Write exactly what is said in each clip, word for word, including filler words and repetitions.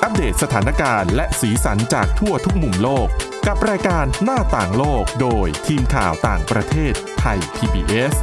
ปเดตสถานการณ์และสีสันจากทั่วทุกมุมโลกกับรายการหน้าต่างโลกโดยทีมข่าวต่างประเทศไทย พี บี เอส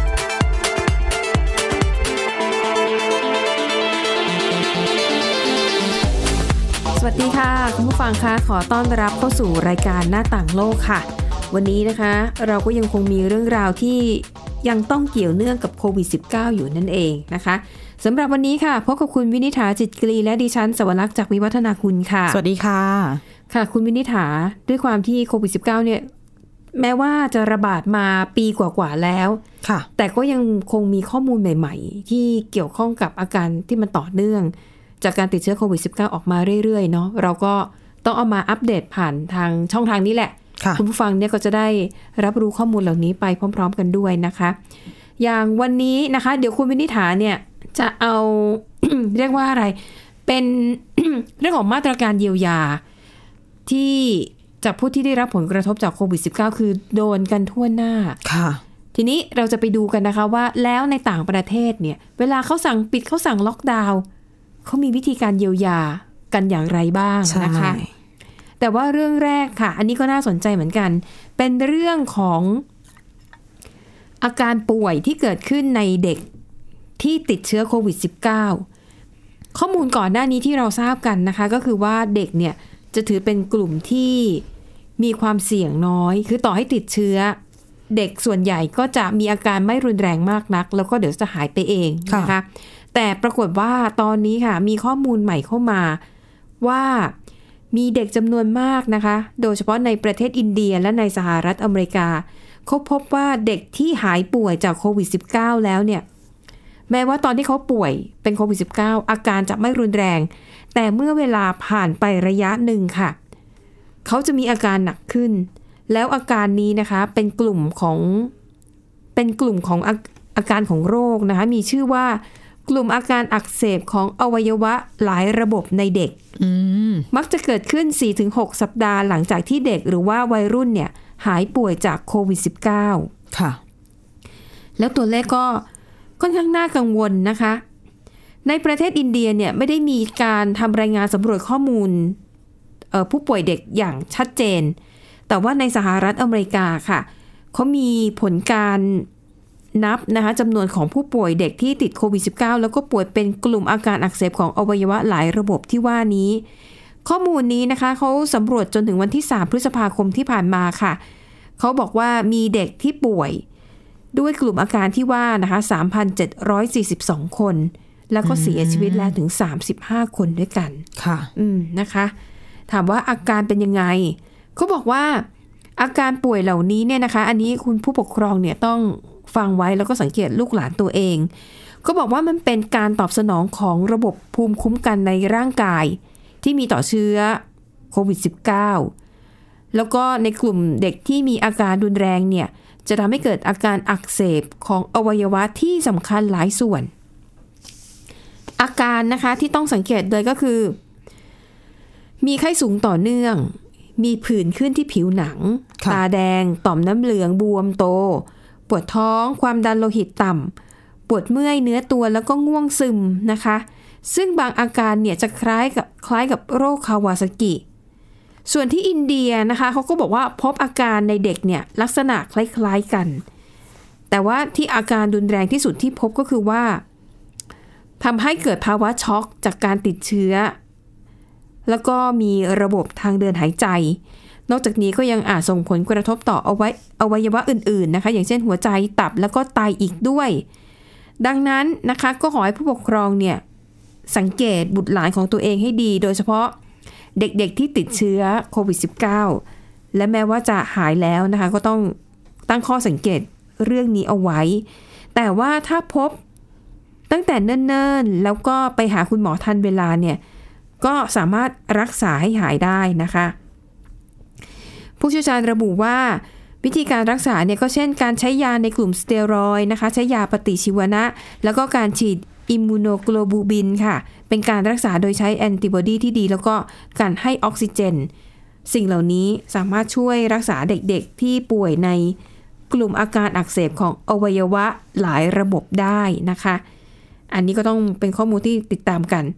สวัสดีค่ะคุณผู้ฟังคะขอต้อนรับเข้าสู่รายการหน้าต่างโลกค่ะวันนี้นะคะเราก็ยังคงมีเรื่องราวที่ยังต้องเกี่ยวเนื่องกับโควิด สิบเก้า อยู่นั่นเองนะคะสำหรับวันนี้ค่ะพบกับคุณวินิษฐาจิตกรีและดิฉันสวรักษ์จากวิวัฒนาคุณค่ะสวัสดีค่ะค่ะคุณวินิษฐาด้วยความที่โควิด สิบเก้า เนี่ยแม้ว่าจะระบาดมาปีกว่าๆแล้วค่ะแต่ก็ยังคงมีข้อมูลใหม่ๆที่เกี่ยวข้องกับอาการที่มันต่อเนื่องจากการติดเชื้อโควิด สิบเก้า ออกมาเรื่อยๆเนาะเราก็ต้องเอามาอัปเดตผ่านทางช่องทางนี้แหละคุณผู้ฟังเนี่ยก็จะได้รับรู้ข้อมูลเหล่านี้ไปพร้อมๆกันด้วยนะคะอย่างวันนี้นะคะเดี๋ยวคุณวินิษฐาเนี่ยจะเอา เรียกว่าอะไรเป็น เรื่องของมาตรการเยียวยาที่จากผู้ที่ได้รับผลกระทบจากโควิด สิบเก้า คือโดนกันทั่วหน้าค่ะทีนี้เราจะไปดูกันนะคะว่าแล้วในต่างประเทศเนี่ยเวลาเขาสั่งปิดเขาสั่งล็อกดาวน์เขามีวิธีการเยียวยากันอย่างไรบ้างนะคะแต่ว่าเรื่องแรกค่ะอันนี้ก็น่าสนใจเหมือนกันเป็นเรื่องของอาการป่วยที่เกิดขึ้นในเด็กที่ติดเชื้อโควิด สิบเก้า ข้อมูลก่อนหน้านี้ที่เราทราบกันนะคะก็คือว่าเด็กเนี่ยจะถือเป็นกลุ่มที่มีความเสี่ยงน้อยคือต่อให้ติดเชื้อเด็กส่วนใหญ่ก็จะมีอาการไม่รุนแรงมากนักแล้วก็เดี๋ยวจะหายไปเองนะคะแต่ปรากฏว่าตอนนี้ค่ะมีข้อมูลใหม่เข้ามาว่ามีเด็กจำนวนมากนะคะโดยเฉพาะในประเทศอินเดียและในสหรัฐอเมริกาเขาพบว่าเด็กที่หายป่วยจากโควิด สิบเก้า แล้วเนี่ยแม้ว่าตอนที่เขาป่วยเป็นโควิด สิบเก้า อาการจะไม่รุนแรงแต่เมื่อเวลาผ่านไประยะหนึ่งค่ะเขาจะมีอาการหนักขึ้นแล้วอาการนี้นะคะเป็นกลุ่มของเป็นกลุ่มของอาอาการของโรคนะคะมีชื่อว่ากลุ่มอาการอักเสบของอวัยวะหลายระบบในเด็กมักจะเกิดขึ้น สี่ถึงหก สัปดาห์หลังจากที่เด็กหรือว่าวัยรุ่นเนี่ยหายป่วยจากโควิด สิบเก้าค่ะแล้วตัวเลขก็ค่อนข้างน่ากังวลนะคะในประเทศอินเดียเนี่ยไม่ได้มีการทำรายงานสำรวจข้อมูลผู้ป่วยเด็กอย่างชัดเจนแต่ว่าในสหรัฐอเมริกาค่ะเขามีผลการนับนะคะจำนวนของผู้ป่วยเด็กที่ติดโควิด สิบเก้า แล้วก็ป่วยเป็นกลุ่มอาการอักเสบของอวัยวะหลายระบบที่ว่านี้ข้อมูลนี้นะคะเขาสำรวจจนถึงวันที่สามพฤษภาคมที่ผ่านมาค่ะเขาบอกว่ามีเด็กที่ป่วยด้วยกลุ่มอาการที่ว่านะคะ สามพันเจ็ดร้อยสี่สิบสอง คนแล้วก็เสียชีวิตแล้วถึงสามสิบห้าคนด้วยกันค่ะอืมนะคะถามว่าอาการเป็นยังไงเขาบอกว่าอาการป่วยเหล่านี้เนี่ยนะคะอันนี้คุณผู้ปกครองเนี่ยต้องฟังไว้แล้วก็สังเกตลูกหลานตัวเองก็บอกว่ามันเป็นการตอบสนองของระบบภูมิคุ้มกันในร่างกายที่มีต่อเชื้อโควิด สิบเก้า แล้วก็ในกลุ่มเด็กที่มีอาการรุนแรงเนี่ยจะทำให้เกิดอาการอักเสบของอวัยวะที่สำคัญหลายส่วนอาการนะคะที่ต้องสังเกตเลยก็คือมีไข้สูงต่อเนื่องมีผื่นขึ้นที่ผิวหนังตาแดงต่อมน้ำเหลืองบวมโตปวดท้องความดันโลหิตต่ำปวดเมื่อยเนื้อตัวแล้วก็ง่วงซึมนะคะซึ่งบางอาการเนี่ยจะคล้ายกับคล้ายกับโรคคาวาซากิส่วนที่อินเดียนะคะเขาก็บอกว่าพบอาการในเด็กเนี่ยลักษณะคล้ายๆกันแต่ว่าที่อาการรุนแรงที่สุดที่พบก็คือว่าทำให้เกิดภาวะช็อกจากการติดเชื้อแล้วก็มีระบบทางเดินหายใจนอกจากนี้ก็ยังอาจส่งผลกระทบต่อเอาไว้อวัยวะอื่นๆนะคะอย่างเช่นหัวใจตับแล้วก็ไตอีกด้วยดังนั้นนะคะก็ขอให้ผู้ปกครองเนี่ยสังเกตบุตรหลานของตัวเองให้ดีโดยเฉพาะเด็กๆที่ติดเชื้อโควิด สิบเก้า และแม้ว่าจะหายแล้วนะคะก็ต้องตั้งข้อสังเกตเรื่องนี้เอาไว้แต่ว่าถ้าพบตั้งแต่เนิ่นๆแล้วก็ไปหาคุณหมอทันเวลาเนี่ยก็สามารถรักษาให้หายได้นะคะผู้เชี่ยวชาญระบุว่าวิธีการรักษาเนี่ยก็เช่นการใช้ยาในกลุ่มสเตียรอยด์นะคะใช้ยาปฏิชีวนะแล้วก็การฉีดอิมมูโนโกลบูบินค่ะเป็นการรักษาโดยใช้แอนติบอดีที่ดีแล้วก็การให้ออกซิเจนสิ่งเหล่านี้สามารถช่วยรักษาเด็กๆที่ป่วยในกลุ่มอาการอักเสบของอวัยวะหลายระบบได้นะคะอันนี้ก็ต้องเป็นข้อมูลที่ติดตามกัน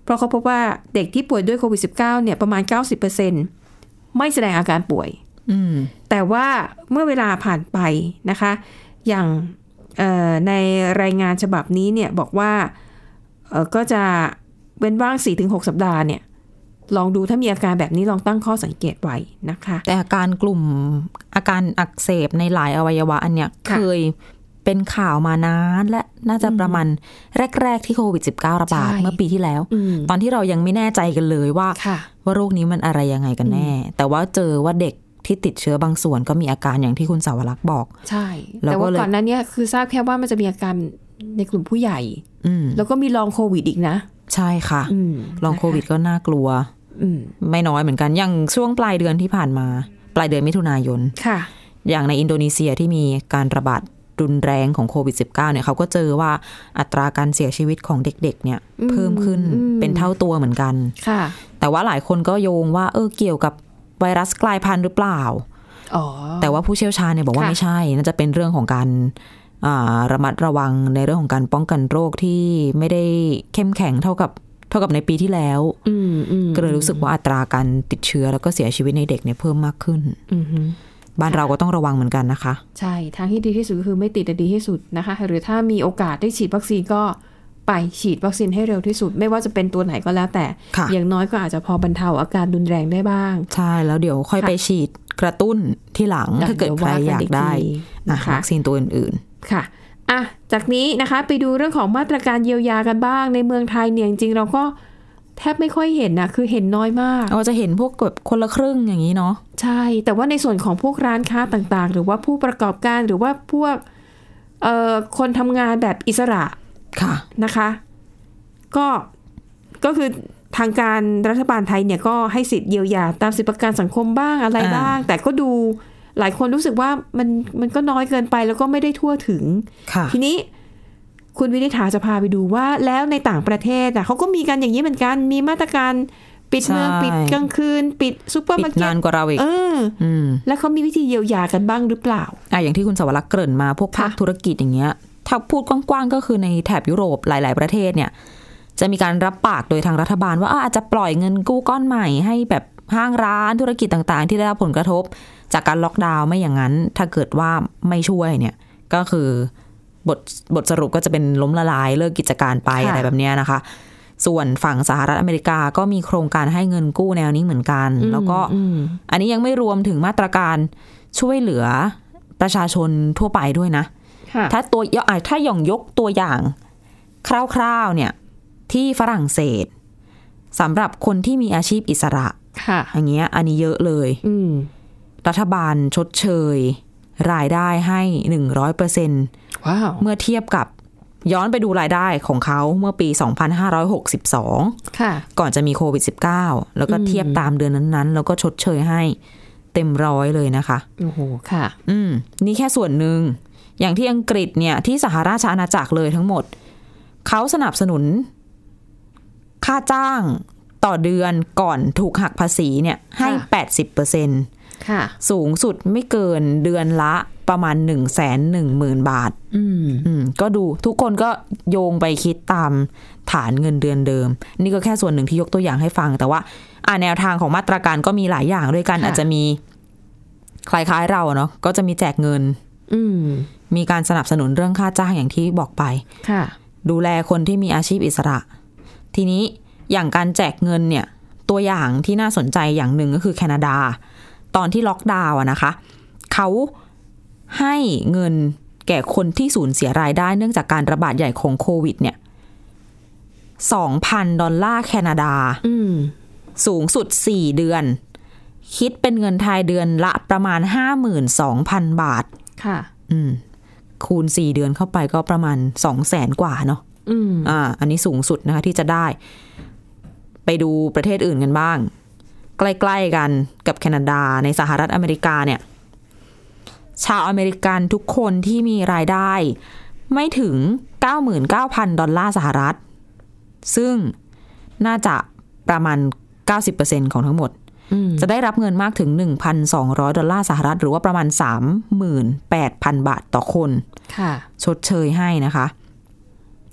เพราะเขาพบว่าเด็กที่ป่วยด้วยโควิด สิบเก้า เนี่ยประมาณ เก้าสิบเปอร์เซ็นต์ ไม่แสดงอาการป่วยแต่ว่าเมื่อเวลาผ่านไปนะคะอย่างในรายงานฉบับนี้เนี่ยบอกว่าก็จะเว้นว่าง สี่ถึงหก สัปดาห์เนี่ยลองดูถ้ามีอาการแบบนี้ลองตั้งข้อสังเกตไว้นะคะแต่อาการกลุ่มอาการอักเสบในหลายอวัยวะอันเนี้ยเคยเป็นข่าวมานานและน่าจะประมาณแรกๆที่โควิด สิบเก้า ระบาดเมื่อปีที่แล้วตอนที่เรายังไม่แน่ใจกันเลยว่าว่าโรคนี้มันอะไรยังไงกันแน่แต่ว่าเจอว่าเด็กที่ติดเชื้อบางส่วนก็มีอาการอย่างที่คุณสาวรักษ์บอกใช่แต่ว่าก่อนหน้านี้คือทราบแค่ว่ามันจะมีอาการในกลุ่มผู้ใหญ่แล้วก็มีลองโควิดอีกนะใช่ค่ะลองโควิดก็น่ากลัวไม่น้อยเหมือนกันอย่างช่วงปลายเดือนที่ผ่านมาปลายเดือนมิถุนายนค่ะอย่างในอินโดนีเซียที่มีการระบาดรุนแรงของโควิด สิบเก้า เนี่ยเขาก็เจอว่าอัตราการเสียชีวิตของเด็กๆเนี่ยเพิ่มขึ้นเป็นเท่าตัวเหมือนกันค่ะแต่ว่าหลายคนก็โยงว่าเออเกี่ยวกับไวรัสกลายพันธุ์หรือเปล่าอ๋อแต่ว่าผู้เชี่ยวชาญเนี่ยบอกว่าไม่ใช่น่าจะเป็นเรื่องของการระมัดระวังในเรื่องของการป้องกันโรคที่ไม่ได้เข้มแข็งเท่ากับเท่ากับในปีที่แล้วก็เลยรู้สึกว่าอัตราการติดเชื้อแล้วก็เสียชีวิตในเด็กเนี่ยเพิ่มมากขึ้นบ้านเราก็ต้องระวังเหมือนกันนะคะใช่ทางที่ดีที่สุดคือไม่ติดแต่ดีที่สุดนะคะหรือถ้ามีโอกาสได้ฉีดวัคซีนก็ไปฉีดวัคซีนให้เร็วที่สุดไม่ว่าจะเป็นตัวไหนก็แล้วแต่อย่างน้อยก็อาจจะพอบรรเทาอาการรุนแรงได้บ้างใช่แล้วเดี๋ยวค่อยไปฉีดกระตุ้นที่หลังถ้าเกิดใครอยากได้วัคซีนตัวอื่นๆค่ะอ่ะจากนี้นะคะไปดูเรื่องของมาตรการเยียวยากันบ้างในเมืองไทยเนี่ยจริงๆเราก็แทบไม่ค่อยเห็นนะคือเห็นน้อยมากเราจะเห็นพวกแบบคนละครึ่งอย่างนี้เนาะใช่แต่ว่าในส่วนของพวกร้านค้าต่างๆหรือว่าผู้ประกอบการหรือว่าพวกเอ่อคนทำงานแบบอิสระค่ะนะคะก็ก็คือทางการรัฐบาลไทยเนี่ยก็ให้สิทธิ์เยียวยาตามสิทธิประกันสังคมบ้างอะไรบ้างแต่ก็ดูหลายคนรู้สึกว่ามันมันก็น้อยเกินไปแล้วก็ไม่ได้ทั่วถึงทีนี้คุณวินิษฐาจะพาไปดูว่าแล้วในต่างประเทศอ่ะเขาก็มีกันอย่างนี้เหมือนกันมีมาตรการปิดเมืองปิดกลางคืนปิดซุปเปอร์มาร์เก็ตปิดนานกว่าเราอีกเออแล้วเขามีวิธีเยียวยากันบ้างหรือเปล่าอ่ะอย่างที่คุณสวรักษ์เกริ่นมาพวกภาคธุรกิจอย่างเงี้ยถ้าพูดกว้างๆก็คือในแถบยุโรปหลายๆประเทศเนี่ยจะมีการรับปากโดยทางรัฐบาลว่าอาจจะปล่อยเงินกู้ก้อนใหม่ให้แบบห้างร้านธุรกิจต่างๆที่ได้รับผลกระทบจากการล็อกดาวน์ไม่อย่างนั้นถ้าเกิดว่าไม่ช่วยเนี่ยก็คือบทบทสรุปก็จะเป็นล้มละลายเลิกกิจการไปอะไรแบบนี้นะคะส่วนฝั่งสหรัฐอเมริกาก็มีโครงการให้เงินกู้แนวนี้เหมือนกันแล้วก็อันนี้ยังไม่รวมถึงมาตรการช่วยเหลือประชาชนทั่วไปด้วยนะถ้าตัวถ้าย่องยกตัวอย่างคร่าวๆเนี่ยที่ฝรั่งเศสสำหรับคนที่มีอาชีพอิสระอย่างเงี้ยอันนี้เยอะเลยรัฐบาลชดเชยรายได้ให้ หนึ่งร้อยเปอร์เซ็นต์ว้าวเมื่อเทียบกับย้อนไปดูรายได้ของเขาเมื่อปี สองพันห้าร้อยหกสิบสองค่ะก่อนจะมีโควิด สิบเก้า แล้วก็เทียบตามเดือนนั้นๆแล้วก็ชดเชยให้เต็มร้อยเลยนะคะโอ้โหค่ะอืมนี่แค่ส่วนหนึ่งอย่างที่อังกฤษเนี่ยที่สหราชอาณาจักรเลยทั้งหมดเขาสนับสนุนค่าจ้างต่อเดือนก่อนถูกหักภาษีเนี่ยให้ แปดสิบเปอร์เซ็นต์ค่ะสูงสุดไม่เกินเดือนละประมาณ หนึ่งแสนหนึ่งหมื่น บาทอืมอืมก็ดูทุกคนก็โยงไปคิดตามฐานเงินเดือนเดิมนี่ก็แค่ส่วนหนึ่งที่ยกตัวอย่างให้ฟังแต่ว่าอ่าแนวทางของมาตรการก็มีหลายอย่างด้วยกันอาจจะมีคล้ายๆเราเนาะก็จะมีแจกเงินอืมมีการสนับสนุนเรื่องค่าจ้างอย่างที่บอกไปค่ะดูแลคนที่มีอาชีพอิสระทีนี้อย่างการแจกเงินเนี่ยตัวอย่างที่น่าสนใจอย่างหนึ่งก็คือแคนาดาตอนที่ล็อกดาวน์อะนะคะเขาให้เงินแก่คนที่สูญเสียรายได้เนื่องจากการระบาดใหญ่ของโควิดเนี่ย สองพัน ดอลลาร์แคนาดาสูงสุดสี่เดือนคิดเป็นเงินไทยเดือนละประมาณ ห้าหมื่นสองพัน บาทค่ะอืมคูณสี่เดือนเข้าไปก็ประมาณ สองแสน กว่าเนาะอืมอ่าอันนี้สูงสุดนะคะที่จะได้ไปดูประเทศอื่นกันบ้างใกล้ๆกันกับแคนาดาในสหรัฐอเมริกาเนี่ยชาวอเมริกันทุกคนที่มีรายได้ไม่ถึง เก้าหมื่นเก้าพัน ดอลลาร์สหรัฐซึ่งน่าจะประมาณ เก้าสิบเปอร์เซ็นต์ ของทั้งหมดจะได้รับเงินมากถึง หนึ่งพันสองร้อย ดอลลาร์สหรัฐหรือว่าประมาณ สามหมื่นแปดพัน บาทต่อคนค่ะชดเชยให้นะคะ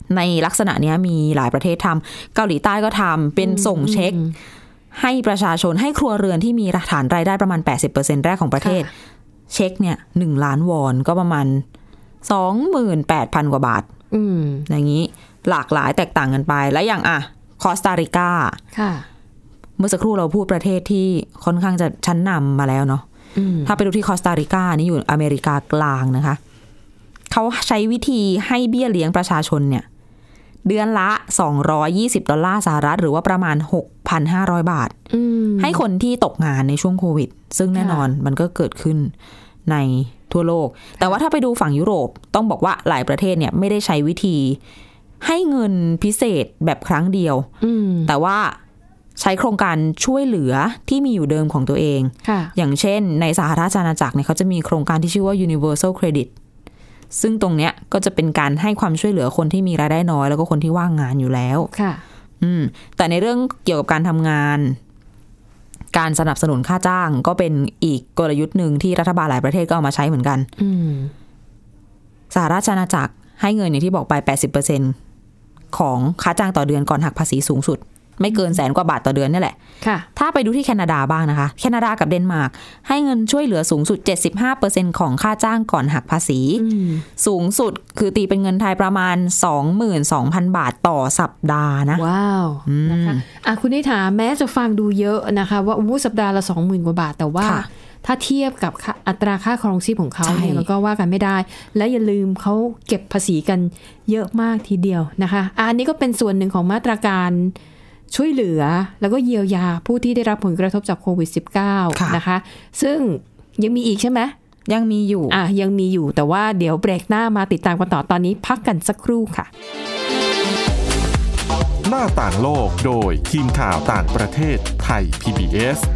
ในลักษณะนี้มีหลายประเทศทำเกาหลีใต้ก็ทำเป็นส่งเช็คให้ประชาชนให้ครัวเรือนที่มีฐานรายได้ประมาณ แปดสิบเปอร์เซ็นต์ แรกของประเทศเช็คเนี่ยหนึ่งล้านวอนก็ประมาณ สองหมื่นแปดพัน กว่าบาทอย่างนี้หลากหลายแตกต่างกันไปแล้วอย่างอ่ะคอสตาริกาเมื่อสักครู่เราพูดประเทศที่ค่อนข้างจะชั้นนำมาแล้วเนาะถ้าไปดูที่คอสตาริกานี่อยู่อเมริกากลางนะคะเขาใช้วิธีให้เบี้ยเลี้ยงประชาชนเนี่ยเดือนละสองร้อยยี่สิบดอลลาร์สหรัฐหรือว่าประมาณ หกพันห้าร้อย บาทให้คนที่ตกงานในช่วงโควิดซึ่งแน่นอนมันก็เกิดขึ้นในทั่วโลกแต่ว่าถ้าไปดูฝั่งยุโรปต้องบอกว่าหลายประเทศเนี่ยไม่ได้ใช้วิธีให้เงินพิเศษแบบครั้งเดียวแต่ว่าใช้โครงการช่วยเหลือที่มีอยู่เดิมของตัวเองอย่างเช่นในสหราชอาณาจักรเนี่ยเขาจะมีโครงการที่ชื่อว่า Universal Credit ซึ่งตรงเนี้ยก็จะเป็นการให้ความช่วยเหลือคนที่มีรายได้น้อยแล้วก็คนที่ว่างงานอยู่แล้วค่ะอืมแต่ในเรื่องเกี่ยวกับการทำงานการสนับสนุนค่าจ้างก็เป็นอีกกลยุทธ์หนึ่งที่รัฐบาลหลายประเทศก็เอามาใช้เหมือนกันสหราชอาณาจักรให้เงินอย่างที่บอกไป แปดสิบเปอร์เซ็นต์ ของค่าจ้างต่อเดือนก่อนหักภาษีสูงสุดไม่เกินแสนกว่าบาทต่อเดือนนี่แหละถ้าไปดูที่แคนาดาบ้างนะคะแคนาดากับเดนมาร์กให้เงินช่วยเหลือสูงสุด เจ็ดสิบห้าเปอร์เซ็นต์ ของค่าจ้างก่อนหักภาษีสูงสุดคือตีเป็นเงินไทยประมาณ สองหมื่นสองพัน บาทต่อสัปดาห์นะว้าวนะคะอ่ะคุณนิถาแม้จะฟังดูเยอะนะคะว่าอู้สัปดาห์ละ สองหมื่น กว่าบาทแต่ว่าถ้าเทียบกับอัตราค่าครองชีพของเขาเนี่ยมันก็ว่ากันไม่ได้และอย่าลืมเขาเก็บภาษีกันเยอะมากทีเดียวนะคะอันนี้ก็เป็นส่วนหนึ่งของมาตรการช่วยเหลือแล้วก็เยียวยาผู้ที่ได้รับผลกระทบจากโควิด สิบเก้า นะคะซึ่งยังมีอีกใช่ไหมยังมีอยู่อ่ะยังมีอยู่แต่ว่าเดี๋ยวเบรกหน้ามาติดตามกันต่อตอนนี้พักกันสักครู่ค่ะหน้าต่างโลกโดยทีมข่าวต่างประเทศไทย พี บี เอส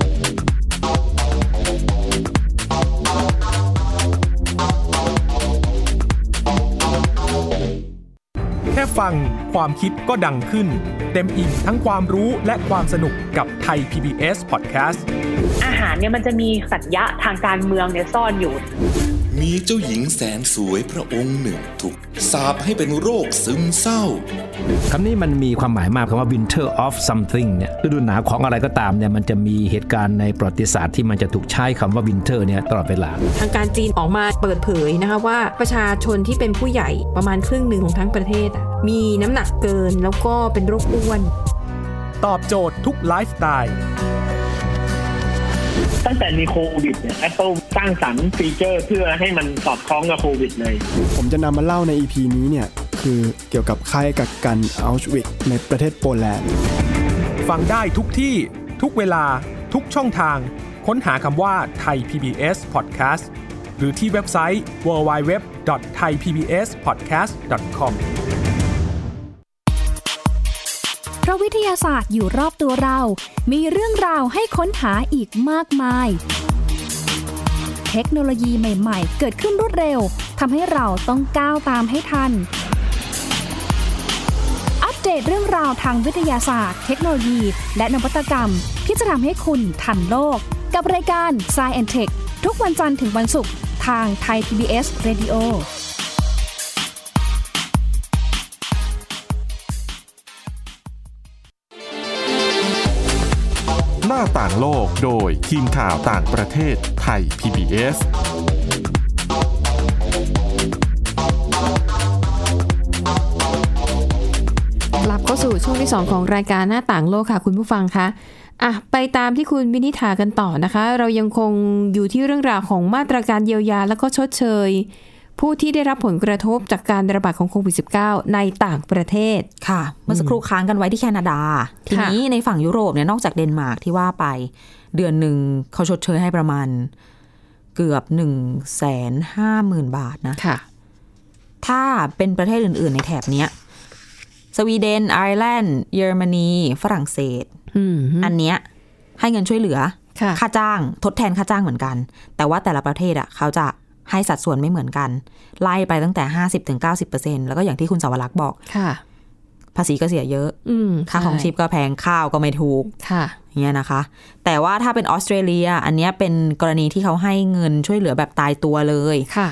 แค่ฟังความคิดก็ดังขึ้นเต็มอิ่มทั้งความรู้และความสนุกกับไทย พี บี เอส Podcast อาหารเนี่ยมันจะมีสัญญะทางการเมืองเนี่ยซ่อนอยู่มีเจ้าหญิงแสนสวยพระองค์หนึ่งถูกสาปให้เป็นโรคซึมเศร้าคำนี้มันมีความหมายมากคำว่า winter of something เนี่ยฤดูหนาวของอะไรก็ตามเนี่ยมันจะมีเหตุการณ์ในประวัติศาสตร์ที่มันจะถูกใช้คำว่า winter เนี่ยตลอดเวลาทางการจีนออกมาเปิดเผยนะคะว่าประชาชนที่เป็นผู้ใหญ่ประมาณครึ่งหนึ่งของทั้งประเทศมีน้ำหนักเกินแล้วก็เป็นโรคอ้วนตอบโจทย์ทุกไลฟ์สไตล์ตั้งแต่มีโควิดเนี่ย Apple สร้างสรรค์ฟีเจอร์เพื่อให้มันสอดคล้องกับโควิดเลยผมจะนำมาเล่าใน อี พี นี้เนี่ยคือเกี่ยวกับค่ายกักกันอัลชวิกในประเทศโปแลนด์ฟังได้ทุกที่ทุกเวลาทุกช่องทางค้นหาคำว่าไทย พี บี เอส Podcast หรือที่เว็บไซต์ ดับเบิลยู ดับเบิลยู ดับเบิลยู ดอท ไทย พี บี เอส พอดแคสต์ ดอท คอมเพราะวิทยาศาสตร์อยู่รอบตัวเรามีเรื่องราวให้ค้นหาอีกมากมายเทคโนโลยีใหม่ๆเกิดขึ้นรวดเร็วทำให้เราต้องก้าวตามให้ทันอัปเดตเรื่องราวทางวิทยาศาสตร์เทคโนโลยีและนวัตกรรมที่จะทำให้คุณทันโลกกับรายการ Science แอนด์ Tech ทุกวันจันทร์ถึงวันศุกร์ทางไทย พี บี เอส Radio หน้าต่างโลกโดยทีมข่าวต่างประเทศไทย พี บี เอสกลับเข้าสู่ช่วงที่สองของรายการหน้าต่างโลกค่ะคุณผู้ฟังคะอ่ะไปตามที่คุณวินิธากันต่อนะคะเรายังคงอยู่ที่เรื่องราวของมาตรการเยียวยาและก็ชดเชยผู้ที่ได้รับผลกระทบจากการระบาดของโควิด สิบเก้า ในต่างประเทศค่ะเมื่อสักครู่ค้างกันไว้ที่แคนาดาทีนี้ในฝั่งยุโรปเนี่ยนอกจากเดนมาร์กที่ว่าไปเดือนหนึ่งเขาชดเชยให้ประมาณเกือบ หนึ่งแสนห้าหมื่น บาทนะค่ะถ้าเป็นประเทศอื่นๆในแถบเนี้ยสวีเดนไอร์แลนด์เยอรมนีฝรั่งเศส อ, อันเนี้ยให้เงินช่วยเหลือค่าจ้างทดแทนค่าจ้างเหมือนกันแต่ว่าแต่ละประเทศอ่ะเขาจะให้สัดส่วนไม่เหมือนกันไล่ไปตั้งแต่ ห้าสิบถึงเก้าสิบเปอร์เซ็นต์ แล้วก็อย่างที่คุณสาวรักษ์บอกภาษีก็เสียเยอะค่าของชีพก็แพงข้าวก็ไม่ถูกอย่างเงี้ยนะคะแต่ว่าถ้าเป็นออสเตรเลียอันเนี้ยเป็นกรณีที่เขาให้เงินช่วยเหลือแบบตายตัวเลย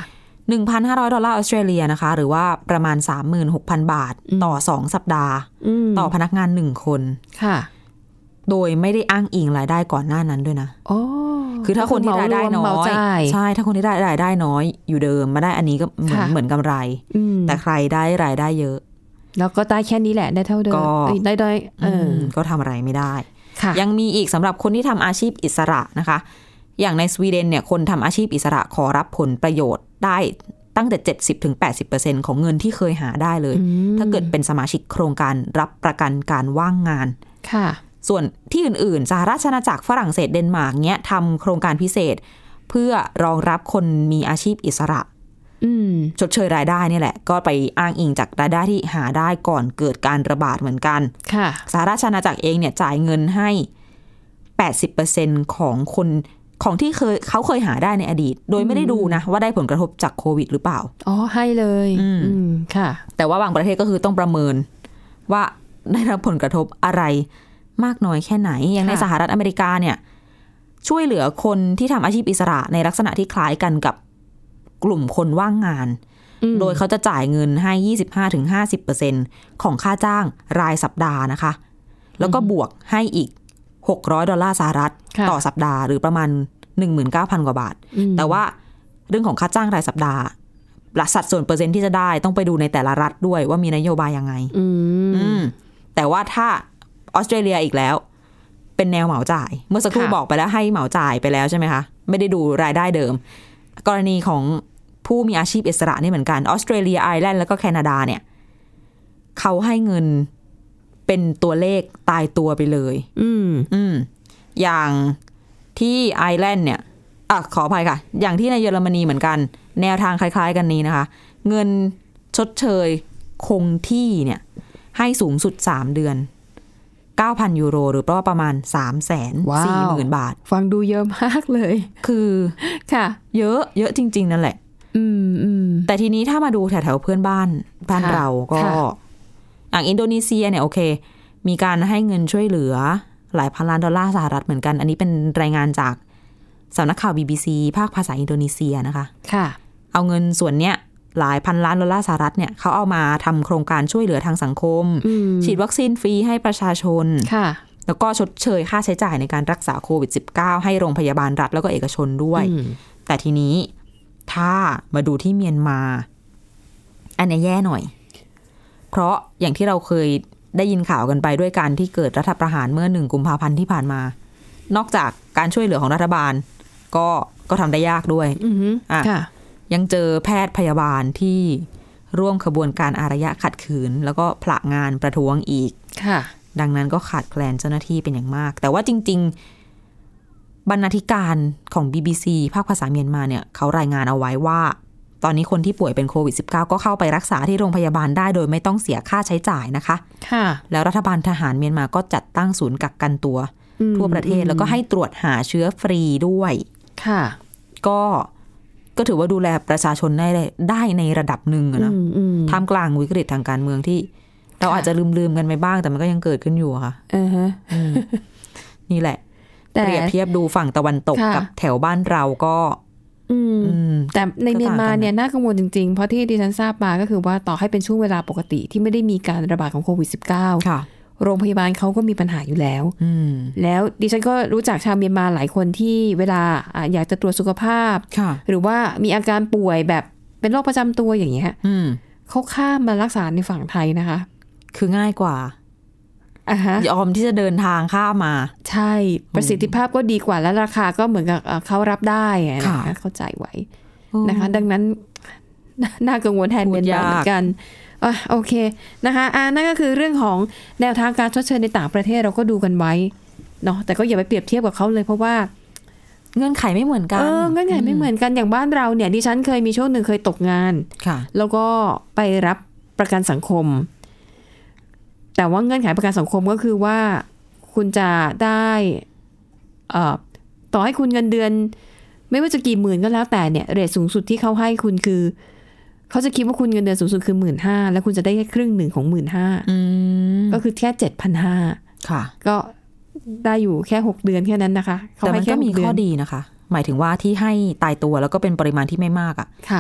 หนึ่งพันห้าร้อย ดอลลาร์ออสเตรเลียนะคะหรือว่าประมาณ สามหมื่นหกพัน บาทต่อสองสัปดาห์ต่อพนักงานหนึ่งคนค่ะโดยไม่ได้อ้างอิงรายได้ก่อนหน้านั้นด้วยนะอ๋อคือถ้าคนที่รายได้น้อยใช่ถ้าคนที่ได้รายได้น้อยอยู่เดิมมาได้อันนี้ก็เหมือนเหมือนกำไรแต่ใครได้รายได้เยอะแล้วก็ได้แค่นี้แหละได้เท่าเดิมได้ได้เออก็ทำอะไรไม่ได้ยังมีอีกสำหรับคนที่ทำอาชีพอิสระนะคะอย่างในสวีเดนเนี่ยคนทำอาชีพอิสระขอรับผลประโยชน์ได้ตั้งแต่ เจ็ดสิบถึงแปดสิบเปอร์เซ็นต์ ของเงินที่เคยหาได้เลยถ้าเกิดเป็นสมาชิกโครงการรับประกันการว่างงานค่ะส่วนที่อื่นๆสหราชอาณาจักรฝรั่งเศสเดนมาร์กเนี้ยทำโครงการพิเศษเพื่อรองรับคนมีอาชีพอิสระชดเชยรายได้นี่แหละก็ไปอ้างอิงจากรายได้ที่หาได้ก่อนเกิดการระบาดเหมือนกันค่ะสหราชอาณาจักรเองเนี่ยจ่ายเงินให้ แปดสิบเปอร์เซ็นต์ ของคนของที่เคยเขาเคยหาได้ในอดีตโดยไม่ได้ดูนะว่าได้ผลกระทบจากโควิดหรือเปล่าอ๋อให้เลยอืมค่ะแต่ว่าบางประเทศก็คือต้องประเมินว่าได้รับผลกระทบอะไรมากน้อยแค่ไหนอย่างในสหรัฐอเมริกาเนี่ยช่วยเหลือคนที่ทำอาชีพอิสระในลักษณะที่คล้ายกันกับกลุ่มคนว่างงานโดยเขาจะจ่ายเงินให้ ยี่สิบห้าถึงห้าสิบเปอร์เซ็นต์ ของค่าจ้างรายสัปดาห์นะคะแล้วก็บวกให้อีกหกร้อยดอลลาร์สหรัฐต่อสัปดาห์หรือประมาณ หนึ่งหมื่นเก้าพัน กว่าบาทแต่ว่าเรื่องของค่าจ้างรายสัปดาห์สัดส่วนเปอร์เซ็นต์ที่จะได้ต้องไปดูในแต่ละรัฐด้วยว่ามีนโยบายยังไงแต่ว่าถ้าออสเตรเลียอีกแล้วเป็นแนวเหมาจ่ายเมื่อสักครู่บอกไปแล้วให้เหมาจ่ายไปแล้วใช่ไหมคะไม่ได้ดูรายได้เดิมกรณีของผู้มีอาชีพอิสระนี่เหมือนกันออสเตรเลียไอร์แลนด์แล้วก็แคนาดาเนี่ยเขาให้เงินเป็นตัวเลขตายตัวไปเลยอืมอืมอย่างที่ไอร์แลนด์เนี่ยอ่ะขออภัยค่ะอย่างที่ในเยอรมนีเหมือนกันแนวทางคล้ายๆกันนี้นะคะเงินชดเชยคงที่เนี่ยให้สูงสุดสามเดือนเก้าพัน ยูโรหรือประมาณ สามแสนสี่หมื่น บาทฟังดูเยอะมากเลยคือค่ะเยอะเยอะจริงๆนั่นแหละอืมอืมแต่ทีนี้ถ้ามาดูแถวๆเพื่อนบ้านบ้านเราก็อย่างอินโดนีเซียเนี่ยโอเคมีการให้เงินช่วยเหลือหลายพันล้านดอลลาร์สหรัฐเหมือนกันอันนี้เป็นรายงานจากสำนักข่าว บี บี ซี ภาคภาษาอินโดนีเซียนะคะค่ะเอาเงินส่วนเนี้ยหลายพันล้านดอลลาร์สหรัฐเนี่ยเขาเอามาทำโครงการช่วยเหลือทางสังคมฉีดวัคซีนฟรีให้ประชาชนแล้วก็ชดเชยค่าใช้จ่ายในการรักษาโควิด สิบเก้า ให้โรงพยาบาลรัฐแล้วก็เอกชนด้วยแต่ทีนี้ถ้ามาดูที่เมียนมาอันนี้แย่หน่อยเพราะอย่างที่เราเคยได้ยินข่าวกันไปด้วยการที่เกิดรัฐประหารเมื่อหนึ่งกุมภาพันธ์ที่ผ่านมานอกจากการช่วยเหลือของรัฐบาลก็ก็ทำได้ยากด้วยอ่ะยังเจอแพทย์พยาบาลที่ร่วมขบวนการอารยะขัดขืนแล้วก็ผละงานประท้วงอีกค่ะดังนั้นก็ขาดแคลนเจ้าหน้าที่เป็นอย่างมากแต่ว่าจริงๆบรรณาธิการของ บี บี ซี ภาคภาษาเมียนมาเนี่ยเขารายงานเอาไว้ว่าตอนนี้คนที่ป่วยเป็นโควิด สิบเก้า ก็เข้าไปรักษาที่โรงพยาบาลได้โดยไม่ต้องเสียค่าใช้จ่ายนะคะค่ะแล้วรัฐบาลทหารเมียนมาก็จัดตั้งศูนย์กักกันตัวทั่วประเทศแล้วก็ให้ตรวจหาเชื้อฟรีด้วยค่ะก็ก็ถือว่าดูแลประชาชนได้ได้ในระดับหนึ่งนะท่ามกลางวิกฤตทางการเมืองที่เราอาจจะลืมๆกันไปบ้างแต่มันก็ยังเกิดขึ้นอยู่ค่ะอือฮะนี่แหละเปรียบเทียบดูฝั่งตะวันตกกับแถวบ้านเราก็แต่ในเมียนมาเนี่ยน่ากังวลจริงๆเพราะที่ดิฉันทราบมาก็คือว่าต่อให้เป็นช่วงเวลาปกติที่ไม่ได้มีการระบาดของโควิด สิบเก้าค่ะโรงพยาบาลเขาก็มีปัญหาอยู่แล้วแล้วดิฉันก็รู้จักชาวเมียนมาหลายคนที่เวลาอยากจะตรวจสุขภาพหรือว่ามีอาการป่วยแบบเป็นโรคประจำตัวอย่างเงี้ยเขาข้ามมารักษาในฝั่งไทยนะคะคือง่ายกว่าอ่ะฮะยอมที่จะเดินทางข้ามมาใช่ประสิทธิภาพก็ดีกว่าและราคาก็เหมือนกับเขารับได้นะคะเข้าใจไว้นะคะดังนั้นน่ากังวลแทนเมียนมาเหมือนกันอ่ะโอเคนะคะอ่านั่นก็คือเรื่องของแนวทางการชดเชยในต่างประเทศเราก็ดูกันไว้เนาะแต่ก็อย่าไปเปรียบเทียบกับเขาเลยเพราะว่าเงื่อนไขไม่เหมือนกันเออเงื่อนไขไม่เหมือนกันอย่างบ้านเราเนี่ยดิฉันเคยมีช่วงหนึ่งเคยตกงานค่ะแล้วก็ไปรับประกันสังคมแต่ว่าเงื่อนไขประกันสังคมก็คือว่าคุณจะได้เอ่อต่อให้คุณเงินเดือนไม่ว่าจะกี่หมื่นก็แล้วแต่เนี่ยเรทสูงสุดที่เขาให้คุณคือเขาจะคิดว่าคุณเงินเดือนสูงสุดคือหมื่นห้าแล้วคุณจะได้แค่ครึ่งหนึ่งของหมื่นห้าก็คือแค่เจ็ดพันห้าค่ะก็ได้อยู่แค่หกเดือนแค่นั้นนะคะแต่มันก็มีข้อดีนะคะหมายถึงว่าที่ให้ตายตัวแล้วก็เป็นปริมาณที่ไม่มากอ่ะค่ะ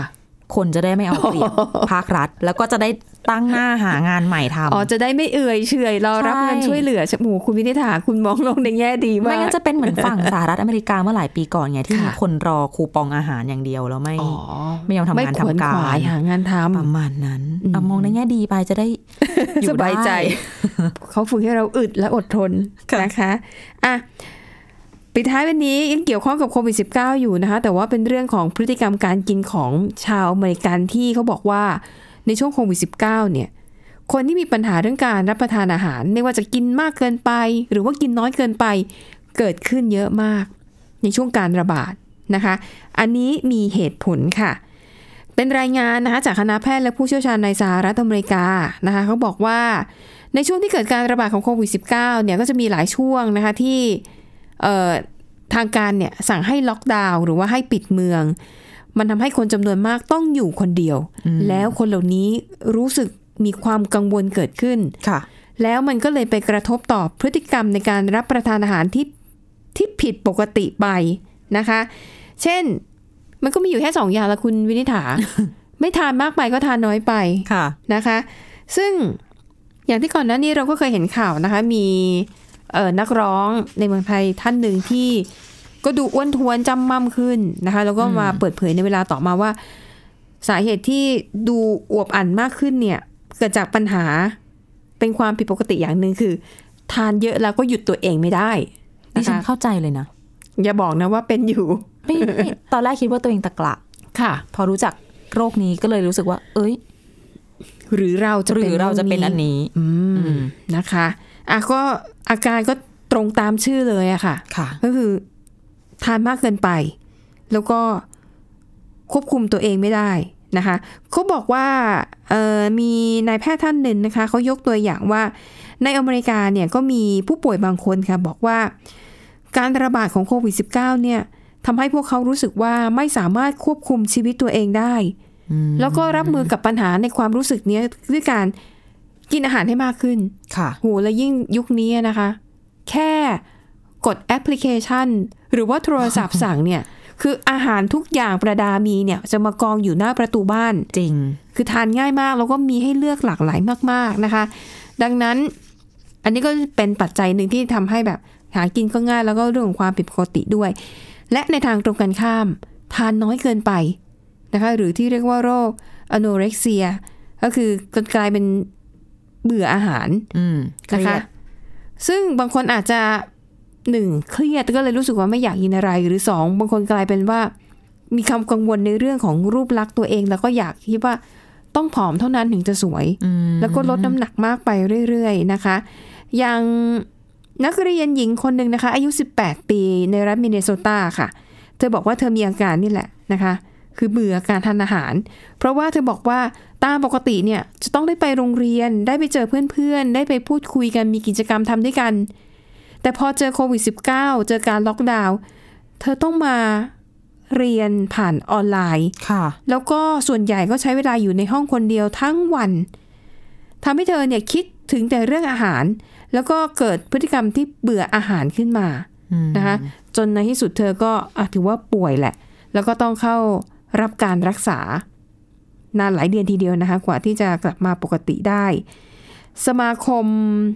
คนจะได้ไม่เอาเปรียบ ภาครัฐแล้วก็จะได้ตั้งหน้าหางานใหม่ทำอ๋อจะได้ไม่เอื่อยเฉยรอรับเงินช่วยเหลือหมู่คุณวินิษฐาคุณมองลงในแง่ดีมากไม่งั้นจะเป็นเหมือนฝั่งสหรัฐอเมริกาเมื่อหลายปีก่อนไงที่มีคนรอคูปองอาหารอย่างเดียวแล้วไม่ไม่ยอมทำงานทำการหางานทำประมาณนั้นมองในแง่ดีไปจะได้อยู่สบายใจเขาฝึกให้เราอึดและอดทนนะคะอ่ะปิดท้ายวันนี้ยังเกี่ยวข้องกับโควิด สิบเก้า อยู่นะคะแต่ว่าเป็นเรื่องของพฤติกรรมการกินของชาวอเมริกันที่เขาบอกว่าในช่วงโควิด สิบเก้า เนี่ยคนที่มีปัญหาเรื่องการรับประทานอาหารไม่ว่าจะกินมากเกินไปหรือว่ากินน้อยเกินไปเกิดขึ้นเยอะมากในช่วงการระบาดนะคะอันนี้มีเหตุผลค่ะเป็นรายงานนะคะจากคณะแพทย์และผู้เชี่ยวชาญในสหรัฐอเมริกานะคะเขาบอกว่าในช่วงที่เกิดการระบาดของโควิด สิบเก้า เนี่ยก็จะมีหลายช่วงนะคะที่เอ่อทางการเนี่ยสั่งให้ล็อกดาวน์หรือว่าให้ปิดเมืองมันทำให้คนจำนวนมากต้องอยู่คนเดียวแล้วคนเหล่านี้รู้สึกมีความกังวลเกิดขึ้นแล้วมันก็เลยไปกระทบต่อพฤติกรรมในการรับประทานอาหารที่ที่ผิดปกติไปนะคะเช่นมันก็มีอยู่แค่สองอย่างละคุณวินิษฐา ไม่ทานมากไปก็ทานน้อยไปนะคะซึ่งอย่างที่ก่อนหน้านี้เราก็เคยเห็นข่าวนะคะมีเอ่อนักร้องในเมืองไทยท่านหนึ่งที่ก็ดูอ้วนท้วนจำม่ำขึ้นนะคะแล้วก็มาเปิดเผยในเวลาต่อมาว่าสาเหตุที่ดูอวบอั่นมากขึ้นเนี่ยเกิดจากปัญหาเป็นความผิดปกติอย่างหนึ่งคือทานเยอะแล้วก็หยุดตัวเองไม่ได้ดิฉันเข้าใจเลยนะอย่าบอกนะว่าเป็นอยู่ไม่ตอนแรกคิดว่าตัวเองตะกละค่ะพอรู้จักโรคนี้ก็เลยรู้สึกว่าเอ้ยหรือเราจะเป็นหรือเราจะเป็นอันนี้นะคะอ่ะก็อาการก็ตรงตามชื่อเลยอะค่ะก็คือทานมากเกินไปแล้วก็ควบคุมตัวเองไม่ได้นะคะเขาบอกว่ามีนายแพทย์ท่านหนึ่งนะคะเขายกตัวอย่างว่าในอเมริกาเนี่ยก็มีผู้ป่วยบางคนค่ะบอกว่าการระบาดของโควิด สิบเก้า เนี่ยทำให้พวกเขารู้สึกว่าไม่สามารถควบคุมชีวิตตัวเองได้แล้วก็รับมือกับปัญหาในความรู้สึกนี้ด้วยการกินอาหารให้มากขึ้นค่ะโหแล้วยิ่งยุคนี้นะคะแค่กดแอปพลิเคชันหรือว่าโทรศัพท์สั่งเนี่ยคืออาหารทุกอย่างประดามีเนี่ยจะมากองอยู่หน้าประตูบ้านจริงคือทานง่ายมากแล้วก็มีให้เลือกหลากหลายมากๆนะคะดังนั้นอันนี้ก็เป็นปัจจัยหนึ่งที่ทำให้แบบหากินก็ง่ายแล้วก็เรื่องของความผิดปกติด้วยและในทางตรงกันข้ามทานน้อยเกินไปนะคะหรือที่เรียกว่าโรคอโนเร็กเซียก็คือกลายเป็นเบื่ออาหารนะคะซึ่งบางคนอาจจะหนึ่งเครียดก็เลยรู้สึกว่าไม่อยากกินอะไรหรือสองบางคนกลายเป็นว่ามีความกังวลในเรื่องของรูปลักษณ์ตัวเองแล้วก็อยากคิดว่าต้องผอมเท่านั้นถึงจะสวยแล้วก็ลดน้ำหนักมากไปเรื่อยๆนะคะอย่างนักเรียนหญิงคนหนึ่งนะคะอายุสิบแปดปีในรัฐมินนิโซตาค่ะเธอบอกว่าเธอมีอาการนี่แหละนะคะคือเบื่อการทานอาหารเพราะว่าเธอบอกว่าตามปกติเนี่ยจะต้องได้ไปโรงเรียนได้ไปเจอเพื่อนๆได้ไปพูดคุยกันมีกิจกรรมทำด้วยกันแต่พอเจอโควิด สิบเก้า เจอการล็อกดาวน์เธอต้องมาเรียนผ่านออนไลน์ค่ะแล้วก็ส่วนใหญ่ก็ใช้เวลาอยู่ในห้องคนเดียวทั้งวันทำให้เธอเนี่ยคิดถึงแต่เรื่องอาหารแล้วก็เกิดพฤติกรรมที่เบื่ออาหารขึ้นมานะคะจนในที่สุดเธอก็ถือว่าป่วยแหละแล้วก็ต้องเข้ารับการรักษานานหลายเดือนทีเดียวนะคะกว่าที่จะกลับมาปกติได้สมาคม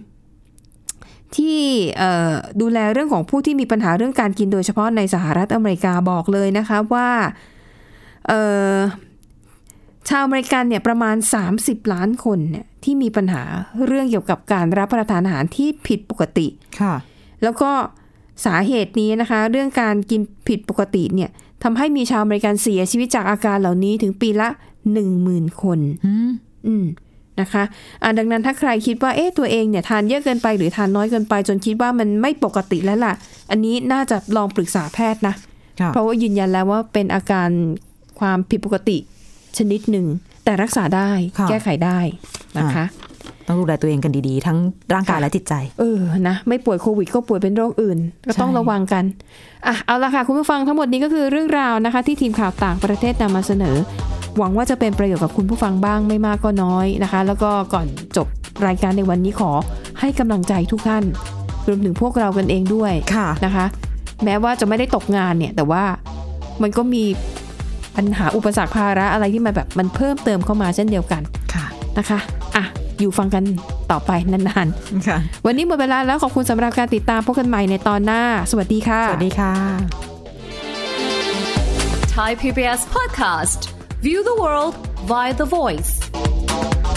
ที่ดูแลเรื่องของผู้ที่มีปัญหาเรื่องการกินโดยเฉพาะในสหรัฐอเมริกาบอกเลยนะคะว่าชาวอเมริกันเนี่ยประมาณสามสิบล้านคนเนี่ยที่มีปัญหาเรื่องเกี่ยวกับการรับประทานอาหารที่ผิดปกติค่ะแล้วก็สาเหตุนี้นะคะเรื่องการกินผิดปกติเนี่ยทำให้มีชาวอเมริกันเสียชีวิตจากอาการเหล่านี้ถึงปีละ หนึ่งหมื่น คนอืมนะคะอ่ะดังนั้นถ้าใครคิดว่าเอ๊ะตัวเองเนี่ยทานเยอะเกินไปหรือทานน้อยเกินไปจนคิดว่ามันไม่ปกติแล้วล่ะอันนี้น่าจะลองปรึกษาแพทย์นะเพราะว่ายืนยันแล้วว่าเป็นอาการความผิดปกติชนิดหนึ่งแต่รักษาได้แก้ไขได้นะคะต้องดูแลตัวเองกันดีๆทั้งร่างกายและจิตใจเออนะไม่ป่วยโควิดก็ป่วยเป็นโรคอื่นก็ต้องระวังกันอ่ะเอาละค่ะคุณผู้ฟังทั้งหมดนี้ก็คือเรื่องราวนะคะที่ทีมข่าวต่างประเทศนำมาเสนอหวังว่าจะเป็นประโยชน์กับคุณผู้ฟังบ้างไม่มากก็น้อยนะคะแล้วก็ก่อนจบรายการในวันนี้ขอให้กำลังใจทุกท่านรวมถึงพวกเรากันเองด้วยนะคะแม้ว่าจะไม่ได้ตกงานเนี่ยแต่ว่ามันก็มีปัญหาอุปสรรคภาระอะไรที่มันแบบมันเพิ่มเติมเข้ามาเช่นเดียวกันค่ะนะคะอ่ะอยู่ฟังกันต่อไปนานๆค่ะวันนี้หมดเวลาแล้วขอบคุณสำหรับการติดตามพบกันใหม่ในตอนหน้าสวัสดีค่ะสวัสดีค่ะ Thai พี บี เอส Podcast View the world via the voice